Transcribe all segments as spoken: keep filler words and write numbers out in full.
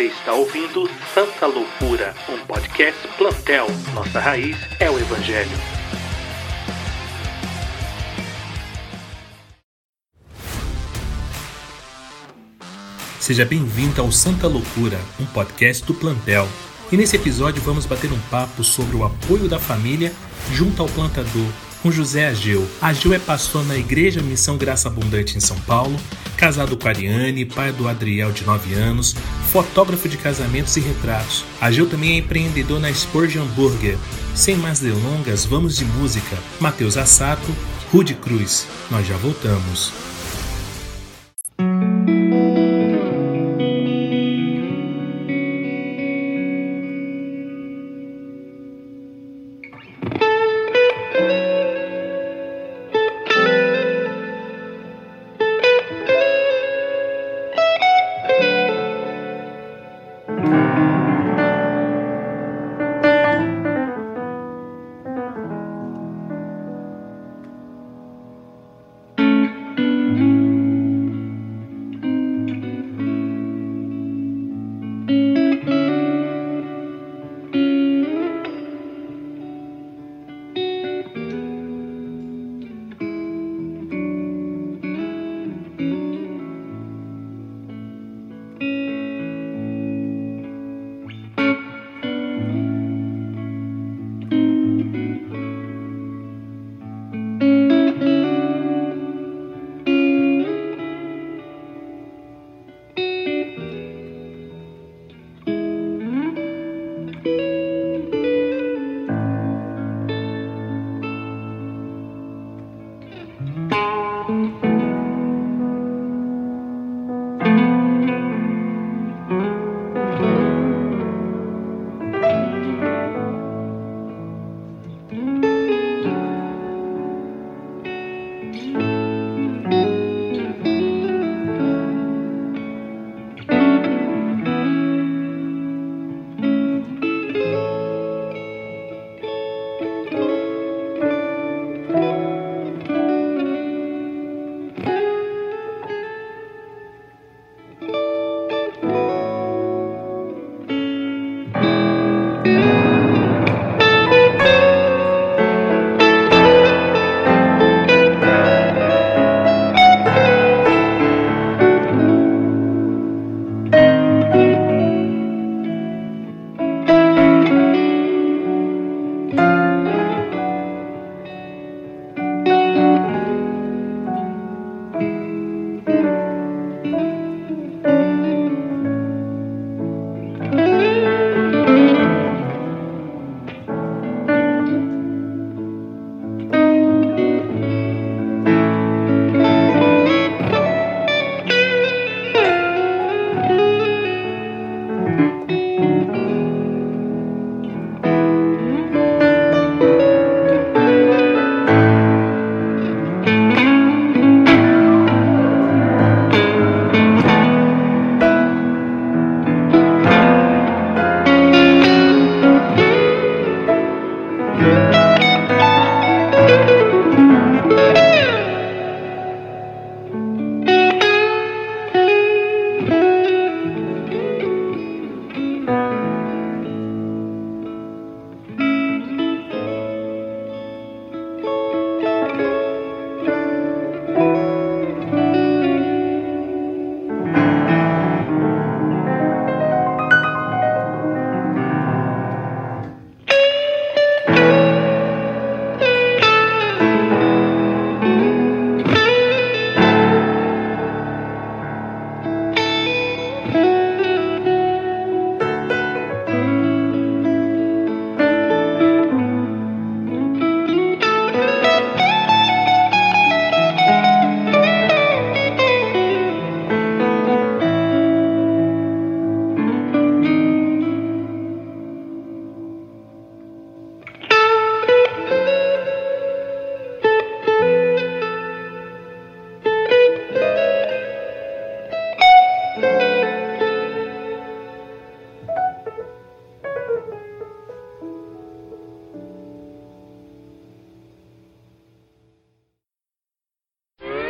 Você está ouvindo Santa Loucura, um podcast Plantel. Nossa raiz é o Evangelho. Seja bem-vindo ao Santa Loucura, um podcast do Plantel. E nesse episódio vamos bater um papo sobre o apoio da família junto ao plantador, com José Ageu. Ageu é pastor na Igreja Missão Graça Abundante em São Paulo, casado com a Ariane, pai do Adriel de nove anos, fotógrafo de casamentos e retratos. Ageu também é empreendedor na Spurgeon Burger. Sem mais delongas, vamos de música. Mateus Assato, Rude Cruz. Nós já voltamos.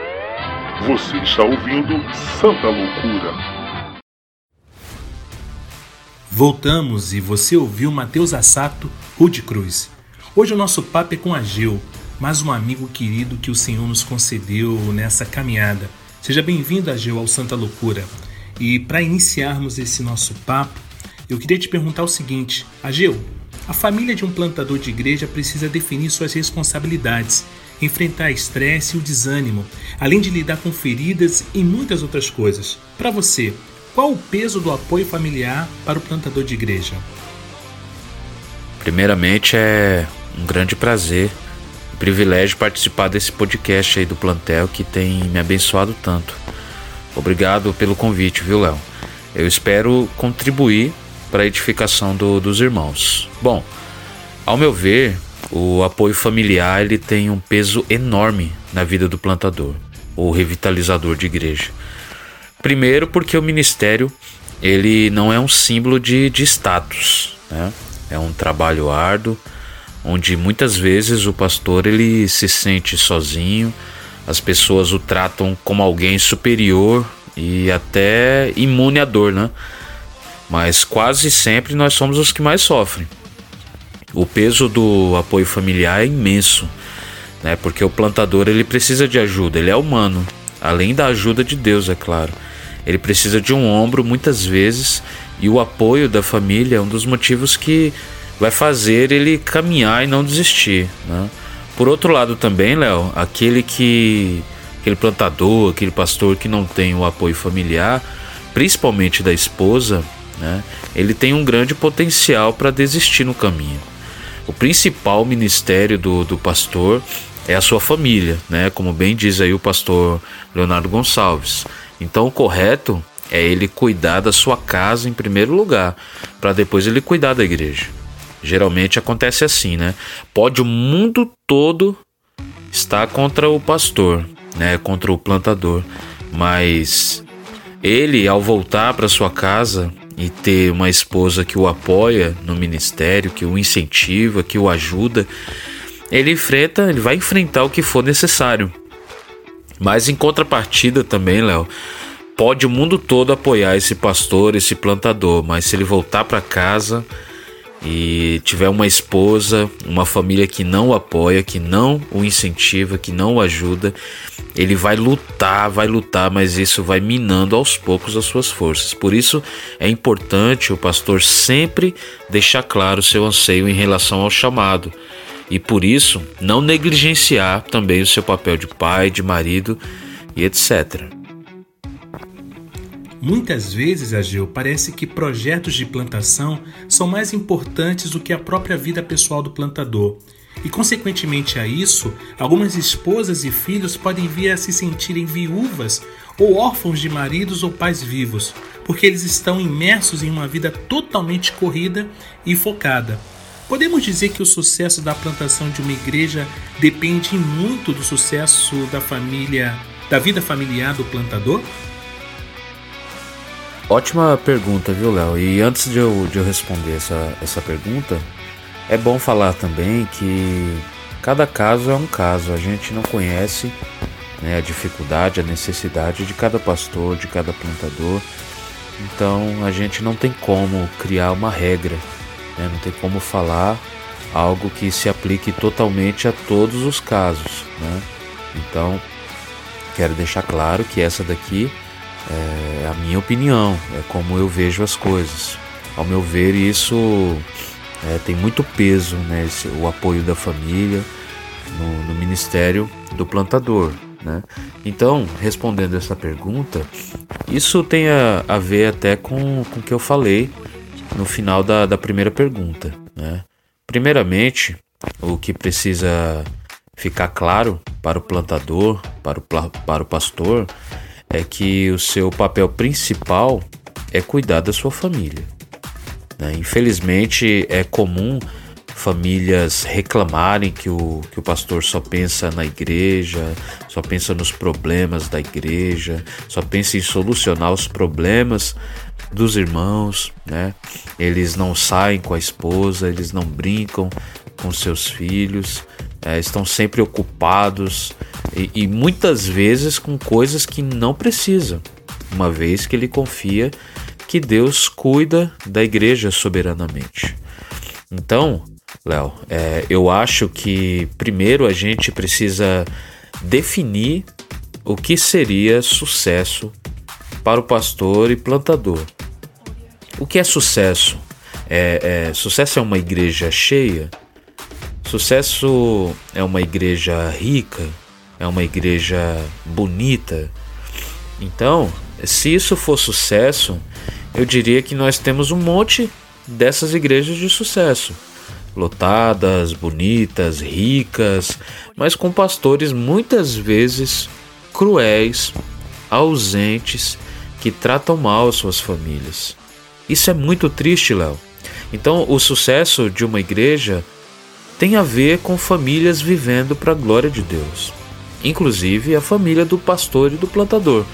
Você está ouvindo Santa Loucura. Voltamos e você ouviu Mateus Assato, Rude Cruz. Hoje o nosso papo é com Ageu, mais um amigo querido que o Senhor nos concedeu nessa caminhada. Seja bem-vindo, Ageu, ao Santa Loucura. E para iniciarmos esse nosso papo, eu queria te perguntar o seguinte: Ageu, a família de um plantador de igreja precisa definir suas responsabilidades, enfrentar estresse e o desânimo, além de lidar com feridas e muitas outras coisas. Para você, qual o peso do apoio familiar para o plantador de igreja? Primeiramente, é um grande prazer e privilégio participar desse podcast aí do Plantel que tem me abençoado tanto. Obrigado pelo convite, viu, Léo? Eu espero contribuir para a edificação do, dos irmãos. Bom, ao meu ver, o apoio familiar ele tem um peso enorme na vida do plantador, ou revitalizador de igreja. Primeiro porque o ministério ele não é um símbolo de, de status, né? É um trabalho árduo, onde muitas vezes o pastor ele se sente sozinho, as pessoas o tratam como alguém superior e até imune à dor, né? Mas quase sempre nós somos os que mais sofrem. O peso do apoio familiar é imenso, né? Porque o plantador ele precisa de ajuda, ele é humano, além da ajuda de Deus, é claro. Ele precisa de um ombro muitas vezes, e o apoio da família é um dos motivos que vai fazer ele caminhar e não desistir, né? Por outro lado também, Léo, aquele que aquele plantador, aquele pastor que não tem o apoio familiar, principalmente da esposa, né? Ele tem um grande potencial para desistir no caminho. O principal ministério do, do pastor é a sua família, né? Como bem diz aí o pastor Leonardo Gonçalves. Então o correto é ele cuidar da sua casa em primeiro lugar, para depois ele cuidar da igreja. Geralmente acontece assim, né? Pode o mundo todo estar contra o pastor, né? Contra o plantador, mas ele, ao voltar para sua casa e ter uma esposa que o apoia no ministério, que o incentiva, que o ajuda, ele enfrenta, ele vai enfrentar o que for necessário. Mas em contrapartida também, Léo, pode o mundo todo apoiar esse pastor, esse plantador, mas se ele voltar para casa e tiver uma esposa, uma família que não o apoia, que não o incentiva, que não o ajuda, ele vai lutar, vai lutar, mas isso vai minando aos poucos as suas forças. Por isso é importante o pastor sempre deixar claro o seu anseio em relação ao chamado. E por isso, não negligenciar também o seu papel de pai, de marido e etcétera. Muitas vezes, Ageu, parece que projetos de plantação são mais importantes do que a própria vida pessoal do plantador. E, consequentemente a isso, algumas esposas e filhos podem vir a se sentirem viúvas ou órfãos de maridos ou pais vivos, porque eles estão imersos em uma vida totalmente corrida e focada. Podemos dizer que o sucesso da plantação de uma igreja depende muito do sucesso da família, da vida familiar do plantador? Ótima pergunta, viu, Léo? E antes de eu, de eu responder essa, essa pergunta, é bom falar também que cada caso é um caso. A gente não conhece, né, a dificuldade, a necessidade de cada pastor, de cada plantador. Então a gente não tem como criar uma regra, né? Não tem como falar algo que se aplique totalmente a todos os casos, né? Então quero deixar claro que essa daqui é a minha opinião, é como eu vejo as coisas. Ao meu ver, isso é, tem muito peso, né? Esse, o apoio da família no, no ministério do plantador, né? Então, respondendo essa pergunta, isso tem a, a ver até com, com o que eu falei no final da, da primeira pergunta, né? Primeiramente, o que precisa ficar claro para o plantador, para o, para o pastor, é que o seu papel principal é cuidar da sua família, né? Infelizmente, é comum famílias reclamarem que o, que o pastor só pensa na igreja, só pensa nos problemas da igreja, só pensa em solucionar os problemas dos irmãos, né? Eles não saem com a esposa, eles não brincam com seus filhos, é, estão sempre ocupados e, e muitas vezes com coisas que não precisam, uma vez que ele confia que Deus cuida da igreja soberanamente. Então, Léo, é, eu acho que primeiro a gente precisa definir o que seria sucesso para o pastor e plantador. O que é sucesso? É, é, sucesso é uma igreja cheia? Sucesso é uma igreja rica? É uma igreja bonita? Então, se isso for sucesso, eu diria que nós temos um monte dessas igrejas de sucesso. Lotadas, bonitas, ricas, mas com pastores muitas vezes cruéis, ausentes, que tratam mal as suas famílias. Isso é muito triste, Léo. Então, o sucesso de uma igreja tem a ver com famílias vivendo para a glória de Deus. Inclusive a família do pastor e do plantador.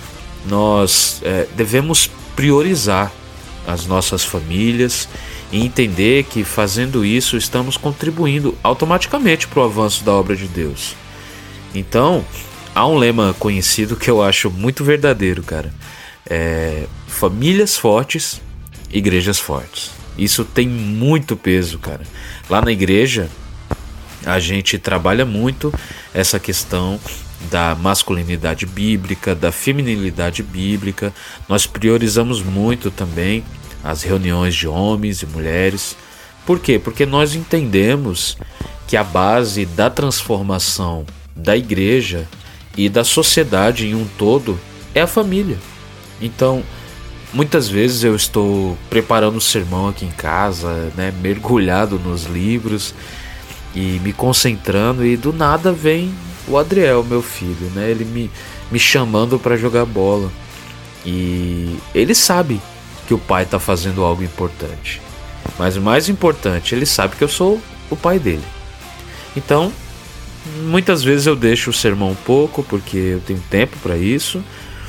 Nós é, devemos priorizar as nossas famílias e entender que fazendo isso estamos contribuindo automaticamente para o avanço da obra de Deus. Então, há um lema conhecido que eu acho muito verdadeiro, cara. É, famílias fortes, igrejas fortes. Isso tem muito peso, cara. Lá na igreja, a gente trabalha muito essa questão da masculinidade bíblica, da feminilidade bíblica. Nós priorizamos muito também as reuniões de homens e mulheres. Por quê? Porque nós entendemos que a base da transformação da igreja e da sociedade em um todo é a família. Então, muitas vezes eu estou preparando um sermão aqui em casa, né, mergulhado nos livros e me concentrando, e do nada vem o Adriel, meu filho, né, ele me, me chamando para jogar bola. E ele sabe que o pai está fazendo algo importante, mas o mais importante, ele sabe que eu sou o pai dele. Então, muitas vezes eu deixo o sermão um pouco, porque eu tenho tempo para isso,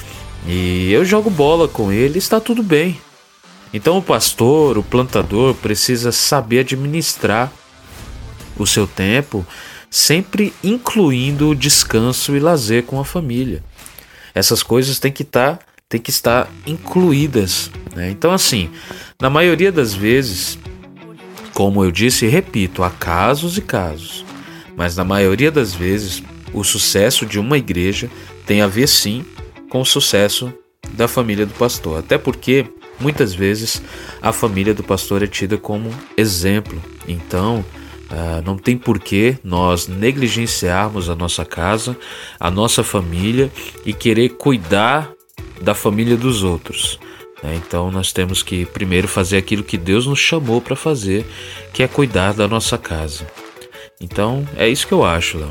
e eu jogo bola com ele e está tudo bem. Então o pastor, o plantador, precisa saber administrar o seu tempo, sempre incluindo o descanso e lazer com a família. Essas coisas têm que estar, têm que estar incluídas, né? Então, assim, na maioria das vezes, como eu disse e repito, há casos e casos, mas na maioria das vezes o sucesso de uma igreja tem a ver sim com o sucesso da família do pastor. Até porque muitas vezes a família do pastor é tida como exemplo. Então, uh, não tem porquê nós negligenciarmos a nossa casa, a nossa família e querer cuidar da família dos outros. Então nós temos que primeiro fazer aquilo que Deus nos chamou para fazer, que é cuidar da nossa casa. Então é isso que eu acho, Léo.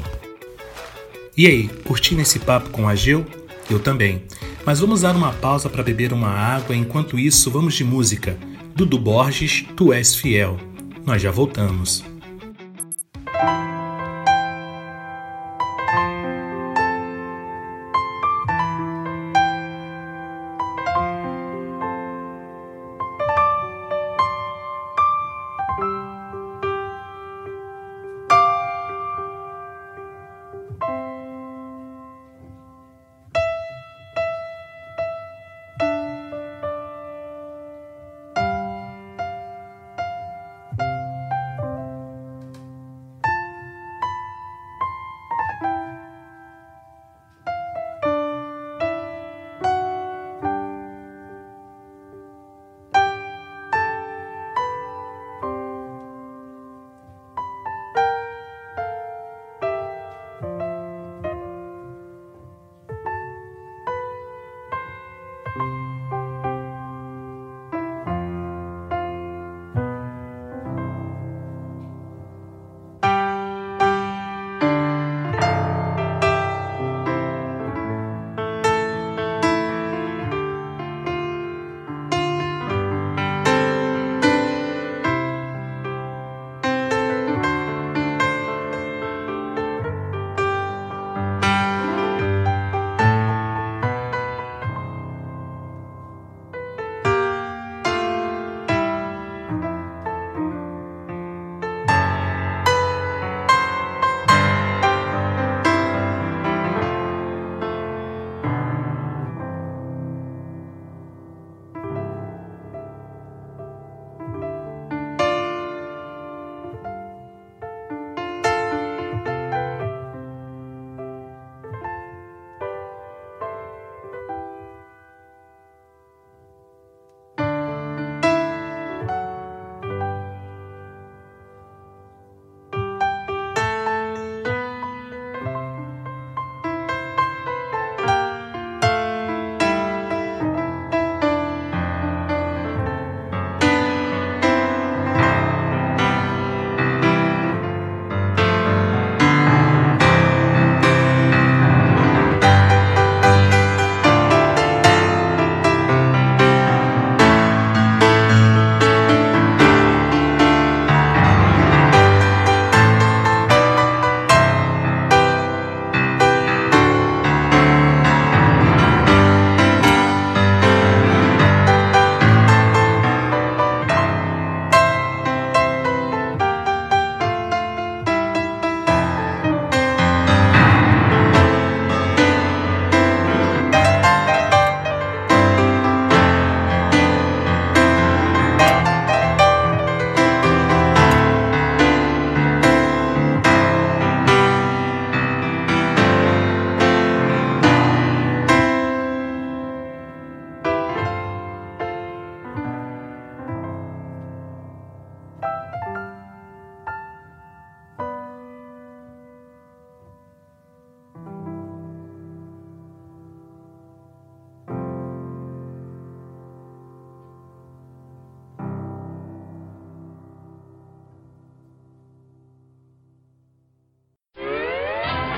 E aí, curtindo esse papo com a Ageu? Eu também. Mas vamos dar uma pausa para beber uma água. Enquanto isso, vamos de música. Dudu Borges, Tu És Fiel. Nós já voltamos.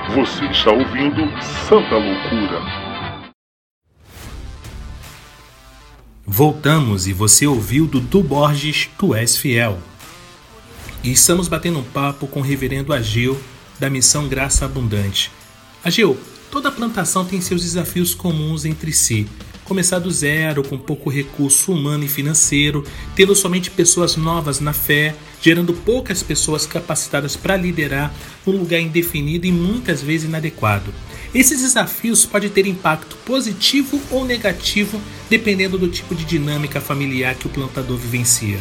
Você está ouvindo Santa Loucura. Voltamos e você ouviu do Du Borges, Tu És Fiel. E estamos batendo um papo com o reverendo Ageu, da Missão Graça Abundante. Ageu, toda plantação tem seus desafios comuns entre si. Começar do zero, com pouco recurso humano e financeiro, tendo somente pessoas novas na fé, gerando poucas pessoas capacitadas para liderar num lugar indefinido e muitas vezes inadequado. Esses desafios podem ter impacto positivo ou negativo, dependendo do tipo de dinâmica familiar que o plantador vivencia.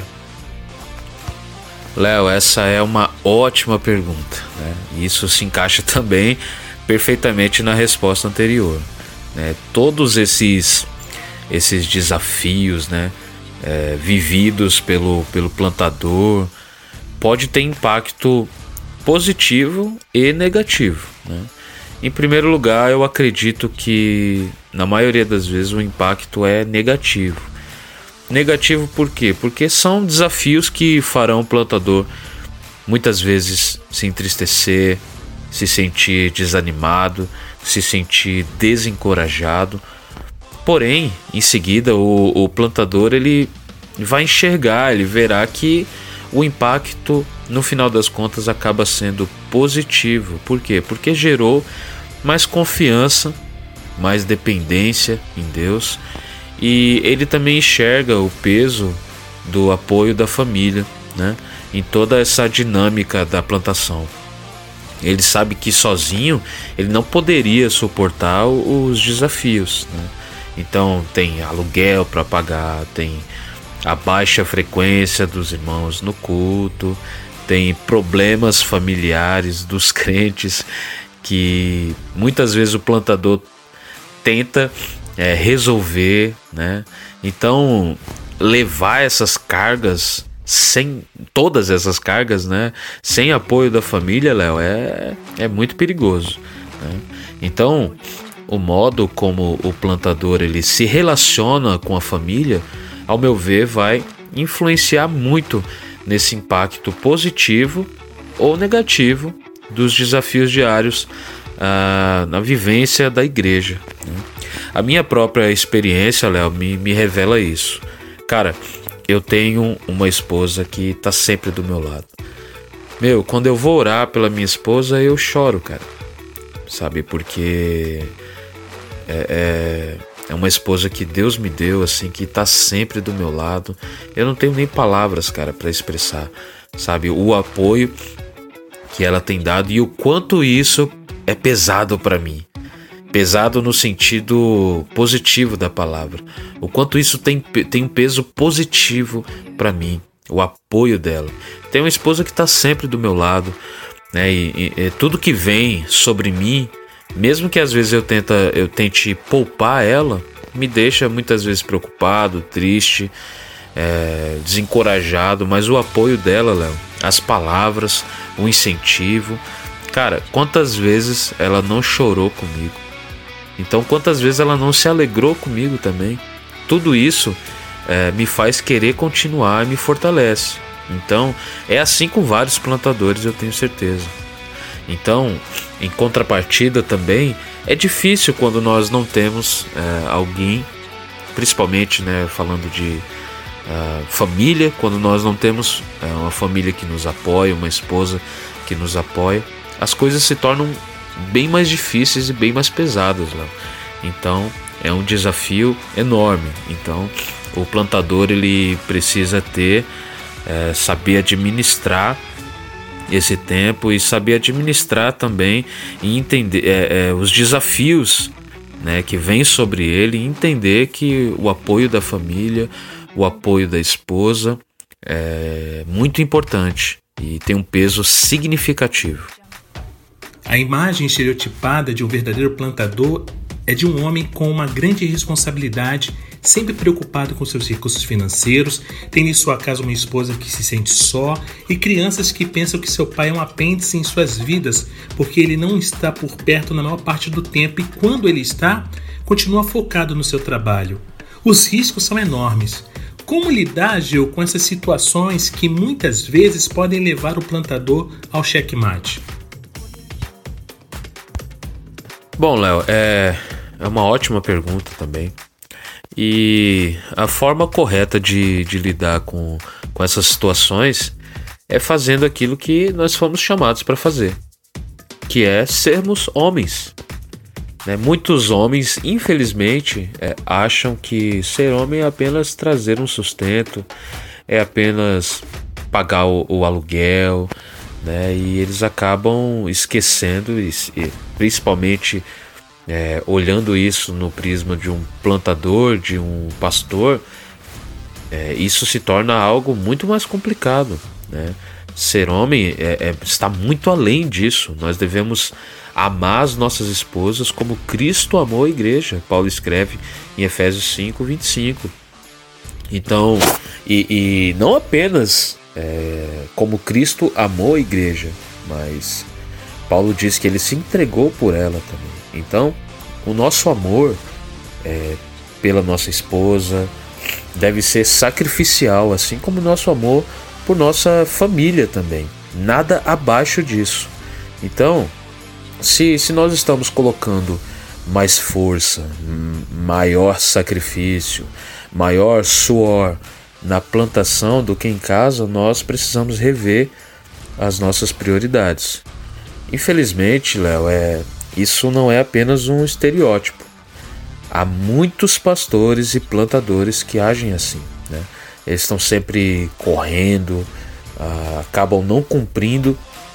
Léo, essa é uma ótima pergunta, né? Isso se encaixa também perfeitamente na resposta anterior, né? Todos esses esses desafios, né, é, vividos pelo, pelo plantador, pode ter impacto positivo e negativo, né? Em primeiro lugar, eu acredito que na maioria das vezes o impacto é negativo. Negativo por quê? Porque são desafios que farão o plantador muitas vezes se entristecer, se sentir desanimado, se sentir desencorajado. Porém, em seguida, o, o plantador ele vai enxergar, ele verá que o impacto, no final das contas, acaba sendo positivo. Por quê? Porque gerou mais confiança, mais dependência em Deus, e ele também enxerga o peso do apoio da família, né, em toda essa dinâmica da plantação. Ele sabe que sozinho ele não poderia suportar os desafios, né? Então tem aluguel para pagar, tem a baixa frequência dos irmãos no culto, tem problemas familiares dos crentes que muitas vezes o plantador tenta é, resolver, né? Então levar essas cargas, sem todas essas cargas, né, sem apoio da família, Léo, é, é muito perigoso, né? Então o modo como o plantador ele se relaciona com a família, ao meu ver, vai influenciar muito nesse impacto positivo ou negativo dos desafios diários ah, na vivência da igreja, né? A minha própria experiência, Léo, me, me revela isso. Cara, eu tenho uma esposa que tá sempre do meu lado. Meu, quando eu vou orar pela minha esposa, eu choro, cara. Sabe, porque é, é, é uma esposa que Deus me deu, assim, que tá sempre do meu lado. Eu não tenho nem palavras, cara, pra expressar, sabe, o apoio que ela tem dado e o quanto isso é pesado pra mim. Pesado no sentido positivo da palavra. O quanto isso tem, tem um peso positivo para mim. O apoio dela. Tem uma esposa que está sempre do meu lado, né? E, e, e tudo que vem sobre mim, mesmo que às vezes eu, tenta, eu tente poupar ela, me deixa muitas vezes preocupado, triste, é, desencorajado. Mas o apoio dela, Léo, as palavras, o incentivo. Cara, quantas vezes ela não chorou comigo? Então, quantas vezes ela não se alegrou comigo também? Tudo isso é, me faz querer continuar e me fortalece. Então, é assim com vários plantadores, eu tenho certeza. Então, em contrapartida também, é difícil quando nós não temos é, alguém, principalmente, né, falando de uh, família, quando nós não temos é, uma família que nos apoia, uma esposa que nos apoia, as coisas se tornam bem mais difíceis e bem mais pesadas, Léo. Então é um desafio enorme. Então o plantador ele precisa ter é, saber administrar esse tempo e saber administrar também e entender é, é, os desafios, né, que vêm sobre ele, e entender que o apoio da família, o apoio da esposa é muito importante e tem um peso significativo. A imagem estereotipada de um verdadeiro plantador é de um homem com uma grande responsabilidade, sempre preocupado com seus recursos financeiros, tendo em sua casa uma esposa que se sente só e crianças que pensam que seu pai é um apêndice em suas vidas porque ele não está por perto na maior parte do tempo e quando ele está, continua focado no seu trabalho. Os riscos são enormes. Como lidar, Gil, com essas situações que muitas vezes podem levar o plantador ao checkmate? Bom, Léo, é, é uma ótima pergunta também. E a forma correta de, de lidar com, com essas situações é fazendo aquilo que nós fomos chamados para fazer, que é sermos homens. Né? Muitos homens, infelizmente, é, acham que ser homem é apenas trazer um sustento, é apenas pagar o, o aluguel, né? E eles acabam esquecendo, e, e principalmente é, olhando isso no prisma de um plantador, de um pastor, é, isso se torna algo muito mais complicado. Né? Ser homem é, é, está muito além disso. Nós devemos amar as nossas esposas como Cristo amou a igreja. Paulo escreve em Efésios cinco, vinte e cinco. Então, e, e não apenas é, como Cristo amou a igreja, mas Paulo diz que ele se entregou por ela também. Então, o nosso amor é, pela nossa esposa deve ser sacrificial, assim como o nosso amor por nossa família também. Nada abaixo disso. Então, se, se nós estamos colocando mais força, maior sacrifício, maior suor na plantação do que em casa, nós precisamos rever as nossas prioridades. Infelizmente, Léo, é, isso não é apenas um estereótipo. Há muitos pastores e plantadores que agem assim, né? Eles estão sempre correndo, ah, acabam não cumprindo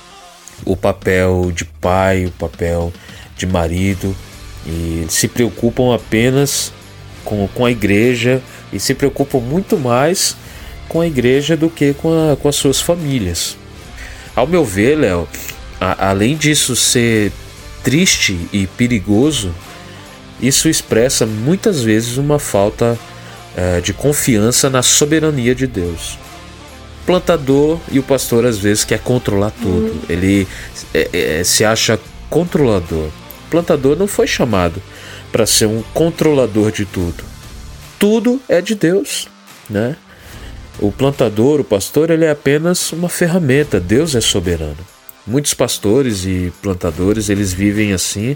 o papel de pai, o papel de marido, e se preocupam apenas com, com a igreja, e se preocupam muito mais com a igreja do que com, a, com as suas famílias. Ao meu ver, Léo, a, além disso ser triste e perigoso, isso expressa muitas vezes uma falta uh, de confiança na soberania de Deus. O plantador e o pastor às vezes quer controlar tudo. Uhum. Ele é, é, se acha controlador. O plantador não foi chamado para ser um controlador de tudo. Tudo é de Deus, né? O plantador, o pastor, ele é apenas uma ferramenta. Deus é soberano. Muitos pastores e plantadores, eles vivem assim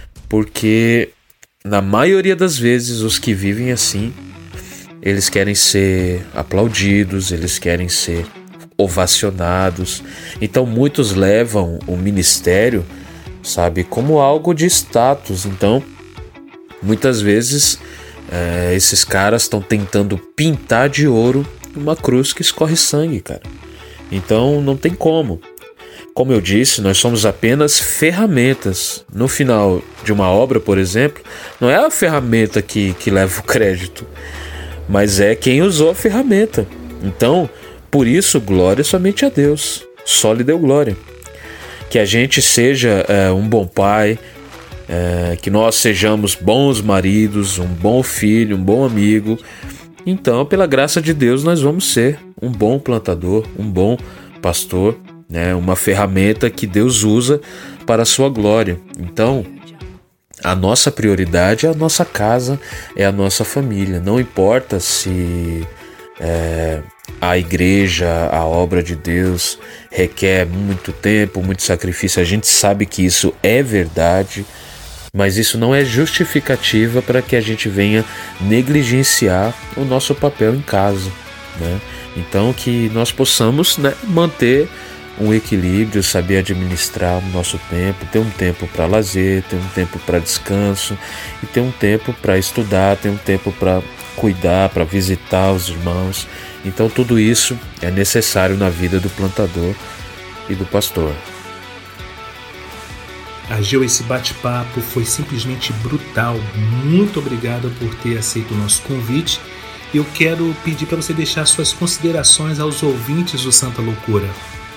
porque, na maioria das vezes, os que vivem assim, eles querem ser aplaudidos, eles querem ser ovacionados. Então muitos levam o ministério, sabe, como algo de status. Então, muitas vezes, é, esses caras estão tentando pintar de ouro uma cruz que escorre sangue, cara. Então não tem como. Como eu disse, nós somos apenas ferramentas. No final de uma obra, por exemplo, não é a ferramenta que, que leva o crédito, mas é quem usou a ferramenta. Então, por isso, glória somente a Deus. Só lhe deu glória. Que a gente seja é, um bom pai, é, que nós sejamos bons maridos, um bom filho, um bom amigo. Então, pela graça de Deus, nós vamos ser um bom plantador, um bom pastor, né? Uma ferramenta que Deus usa para a sua glória. Então, a nossa prioridade é a nossa casa, é a nossa família. Não importa se é, a igreja, a obra de Deus requer muito tempo, muito sacrifício. A gente sabe que isso é verdade, mas isso não é justificativa para que a gente venha negligenciar o nosso papel em casa, né? Então, que nós possamos, né, manter um equilíbrio, saber administrar o nosso tempo, ter um tempo para lazer, ter um tempo para descanso e ter um tempo para estudar, ter um tempo para cuidar, para visitar os irmãos. Então tudo isso é necessário na vida do plantador e do pastor. Ageu, esse bate-papo foi simplesmente brutal. Muito obrigado por ter aceito o nosso convite. Eu quero pedir para você deixar suas considerações aos ouvintes do Santa Loucura.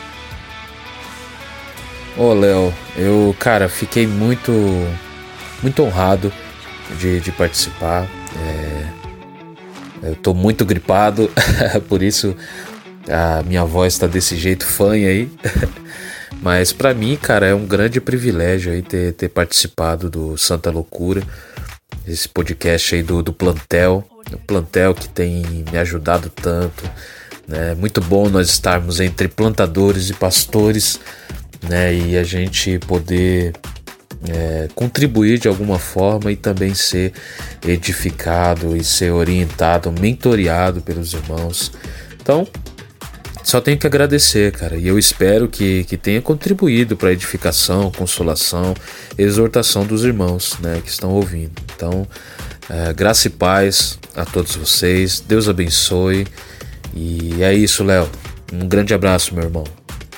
Ô, Léo, eu, cara, fiquei muito, muito honrado de, de participar. É, eu tô muito gripado, por isso a minha voz tá desse jeito fanha aí. Mas pra mim, cara, é um grande privilégio aí ter, ter participado do Santa Loucura, esse podcast aí do, do Plantel, o Plantel que tem me ajudado tanto, né? Muito bom nós estarmos entre plantadores e pastores, né, e a gente poder é, contribuir de alguma forma e também ser edificado e ser orientado, mentoreado pelos irmãos. Então, só tenho que agradecer, cara, e eu espero que, que tenha contribuído para a edificação, consolação, exortação dos irmãos, né, que estão ouvindo. Então, é, graça e paz a todos vocês, Deus abençoe, e é isso, Léo. Um grande abraço, meu irmão.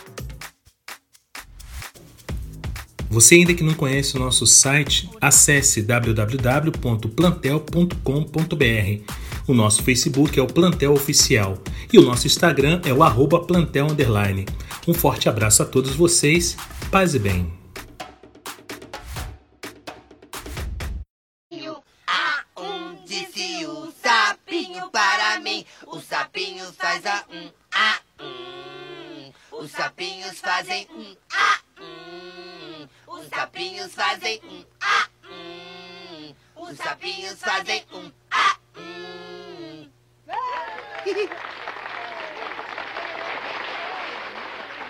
Você ainda que não conhece o nosso site, acesse w w w ponto plantel ponto com ponto b r. O nosso Facebook é o Plantel Oficial e o nosso Instagram é o arroba plantel underline. Um forte abraço a todos vocês, paz e bem. A um disse o sapinho para mim, o sapinho faz a um, a um. Os sapinhos fazem um, a um. Os sapinhos fazem um, a um. Os sapinhos fazem um, a um.